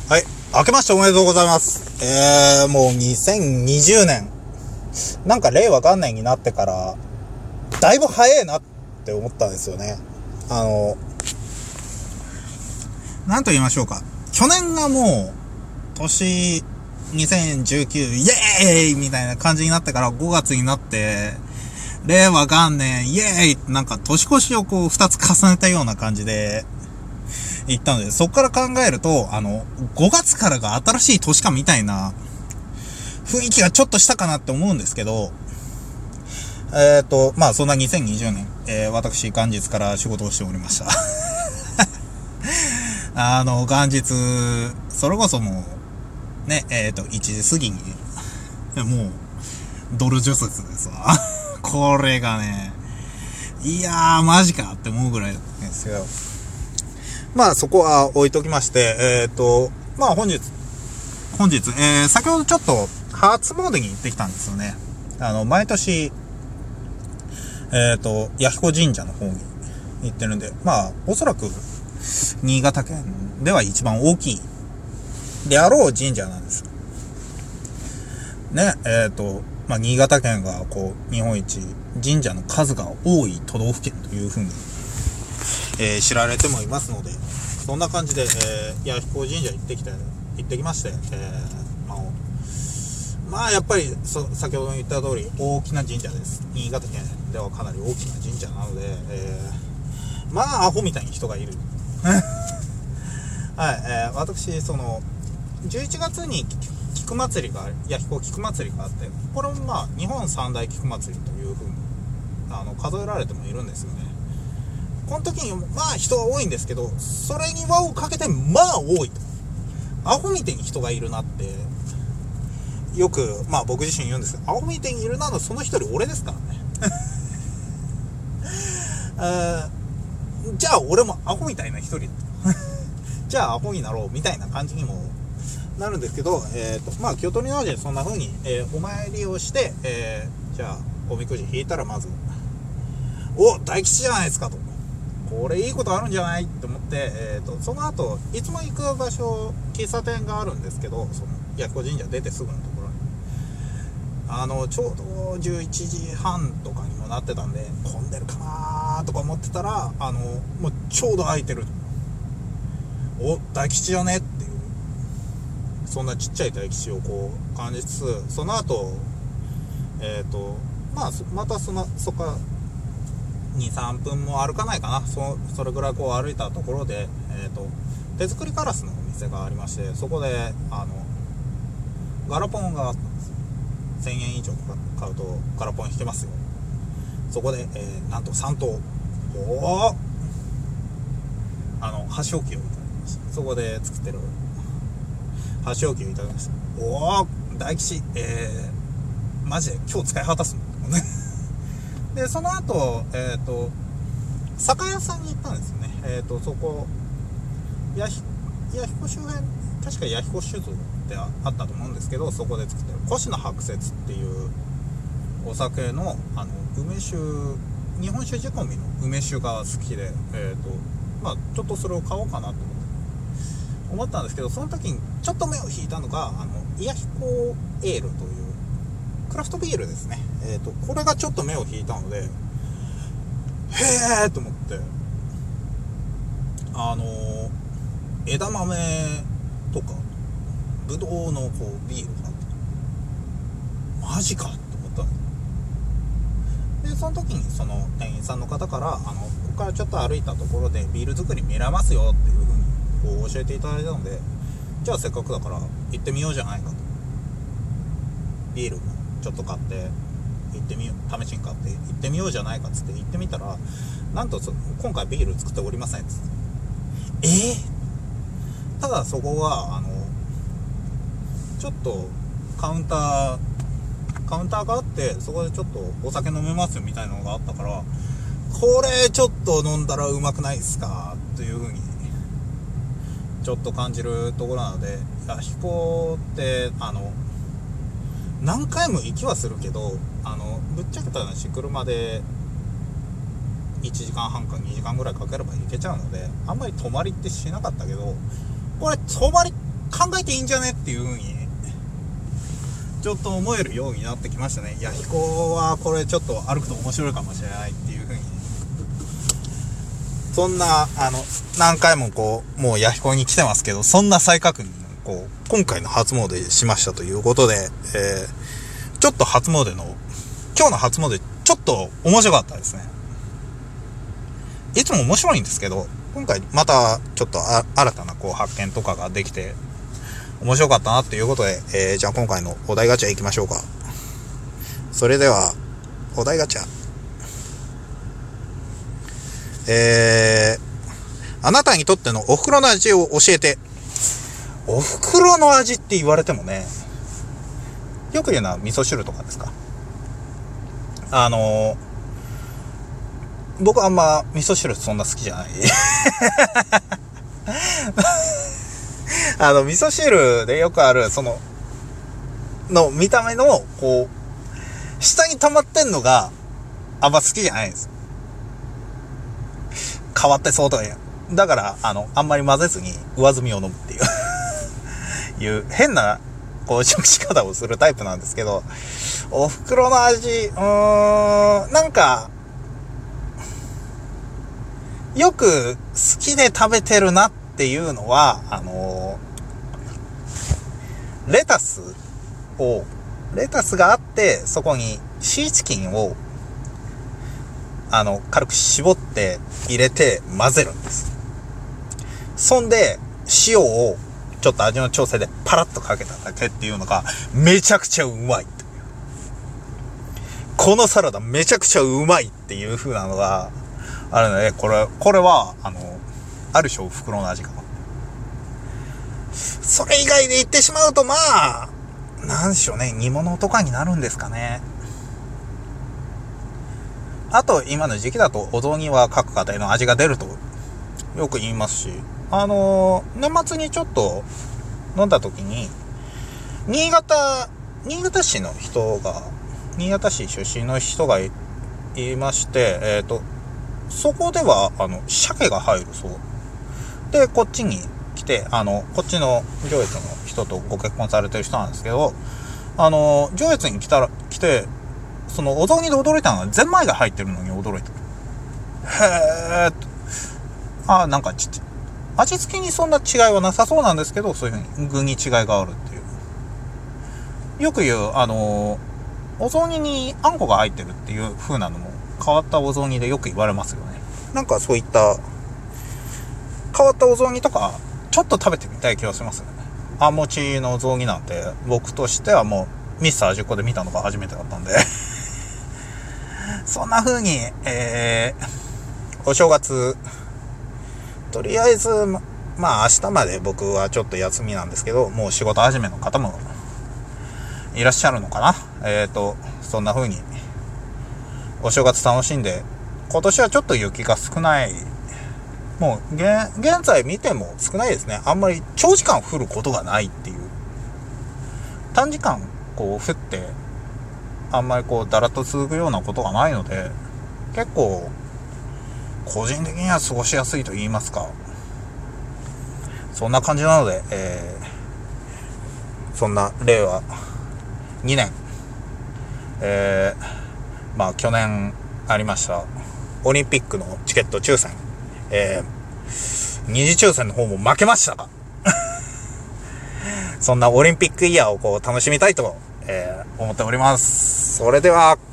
はい。明けましておめでとうございます。もう2020年。なんか令和元年になってから、だいぶ早いなって思ったんですよね。なんと言いましょうか。去年がもう、年2019、イエーイみたいな感じになってから5月になって、令和元年、イエーイってなんか年越しをこう2つ重ねたような感じで、行ったので、そこから考えると、5月からが新しい年かみたいな雰囲気がちょっとしたかなって思うんですけど、まあそんな2020年、私元日から仕事をしておりました。元日、それこそもう、ね、1時過ぎに、もう、ドル除雪ですわ。これがね、いやー、マジかって思うぐらいですよ。まあそこは置いときまして、まあ本日、先ほどちょっと初詣に行ってきたんですよね。毎年、弥彦神社の方に行ってるんで、まあおそらく新潟県では一番大きいであろう神社なんですよ。ね、まあ新潟県がこう日本一神社の数が多い都道府県というふうに、知られてもいますので、そんな感じで、弥彦神社行ってきまして、まあやっぱり先ほど言った通り大きな神社です。新潟県ではかなり大きな神社なので、まあアホみたいに人がいる。はい、私その11月に菊祭りが弥彦菊祭りがあって、これもまあ日本三大菊祭りというふうに数えられてもいるんですよね。この時にまあ人は多いんですけど、それに輪をかけてまあ多いと。アホみたいに人がいるなってよくまあ僕自身言うんですけど、アホみたいにいるなのその一人俺ですからね。じゃあ俺もアホみたいな一人じゃあアホになろうみたいな感じにもなるんですけど、まあ清取のでそんな風に、お参りをして、じゃあおみくじ引いたらまずお大吉じゃないですかと、これいいことあるんじゃないって思って、その後いつも行く場所喫茶店があるんですけど、その弥彦神社出てすぐのところにちょうど11時半とかにもなってたんで混んでるかなとか思ってたらもうちょうど空いてる、お大吉じゃねっていう、そんなちっちゃい大吉をこう感じつつ、その後まあまたそこから2、3分も歩かないかな、それぐらいこう歩いたところで、手作りカラスのお店がありまして、そこでガラポンがあったんです。1000円以上買うとガラポン引けますよ。そこで、なんと3頭箸置きをいただきました。そこで作ってる箸置きをいただきました。大吉、マジで今日使い果たすもんね。でその後酒屋さんに行ったんですよね。そこ弥彦周辺、確か弥彦酒造ってあったと思うんですけど、そこで作ってる越の白雪っていうお酒の梅酒、日本酒仕込みの梅酒が好きで、まあちょっとそれを買おうかなと思ったんですけど、その時にちょっと目を引いたのが弥彦エールというクラフトビールですね。これがちょっと目を引いたので、へーと思って、枝豆とかぶどうのこうビールがあって、マジかと思ったんです。でその時にその店員さんの方からここからちょっと歩いたところでビール作り見れますよっていう風にこう教えていただいたので、じゃあせっかくだから行ってみようじゃないかと。ビールもちょっと買って行ってみよう、試しに買って行ってみようじゃないかっつって行ってみたら、なんと今回ビール作っておりませんっつって、ただそこはちょっとカウンターがあって、そこでちょっとお酒飲めますよみたいなのがあったから、これちょっと飲んだらうまくないですかという風にちょっと感じるところなので、弥彦って何回も行きはするけど、ぶっちゃけた話車で1時間半か2時間ぐらいかければ行けちゃうので、あんまり泊まりってしなかったけど、これ泊まり考えていいんじゃねっていう風にちょっと思えるようになってきましたね。ヤヒコはこれちょっと歩くと面白いかもしれないっていう風に、そんな何回ももうヤヒコに来てますけど、そんな再確認を今回の初詣しましたということで、ちょっと今日の初詣ちょっと面白かったですね。いつも面白いんですけど、今回またちょっと新たな発見とかができて面白かったなっていうことで、じゃあ今回のお題ガチャ行きましょうか。それではお題ガチャ、あなたにとってのお袋の味を教えて。お袋の味って言われてもね、よく言うのは味噌汁とかですか。僕あんま味噌汁そんな好きじゃない味噌汁でよくあるの見た目の下に溜まってんのがあんま好きじゃないんです。変わってそうとかだからあんまり混ぜずに上澄みを飲むっていういう変な食し方をするタイプなんですけど、お袋の味なんかよく好きで食べてるなっていうのはレタスがあって、そこにシーチキンを軽く絞って入れて混ぜるんです。そんで塩をちょっと味の調整でパラッとかけただけっていうのがめちゃくちゃうまいっていう、このサラダめちゃくちゃうまいっていう風なのがあるので、これはある種お袋の味かな。それ以外で言ってしまうと、まあなんでしょうね、煮物とかになるんですかね。あと今の時期だとお雑煮は各家庭の味が出るとよく言いますし、年末にちょっと飲んだ時に新潟市出身の人がいまして、そこでは鮭が入るそうで、こっちに来てこっちの上越の人とご結婚されてる人なんですけど、上越に来てそのお雑煮で驚いたのがゼンマイが入ってるのに驚いた。へー、なんか味付けにそんな違いはなさそうなんですけど、そういう風に具に違いがあるっていう。よく言うお雑煮にあんこが入ってるっていう風なのも変わったお雑煮でよく言われますよね。なんかそういった変わったお雑煮とかちょっと食べてみたい気がしますよね。あんもちのお雑煮なんて僕としてはもうミスター味っ子で見たのが初めてだったんでそんな風に、お正月とりあえずまあ明日まで僕はちょっと休みなんですけど、もう仕事始めの方もいらっしゃるのかな。そんな風にお正月楽しんで、今年はちょっと雪が少ない、もう現在見ても少ないですね。あんまり長時間降ることがないっていう、短時間降ってあんまりだらっと続くようなことがないので、結構個人的には過ごしやすいと言いますか、そんな感じなので、そんな令和2年、去年ありましたオリンピックのチケット抽選、二次抽選の方も負けましたがそんなオリンピックイヤーを楽しみたいと、思っております。それでは。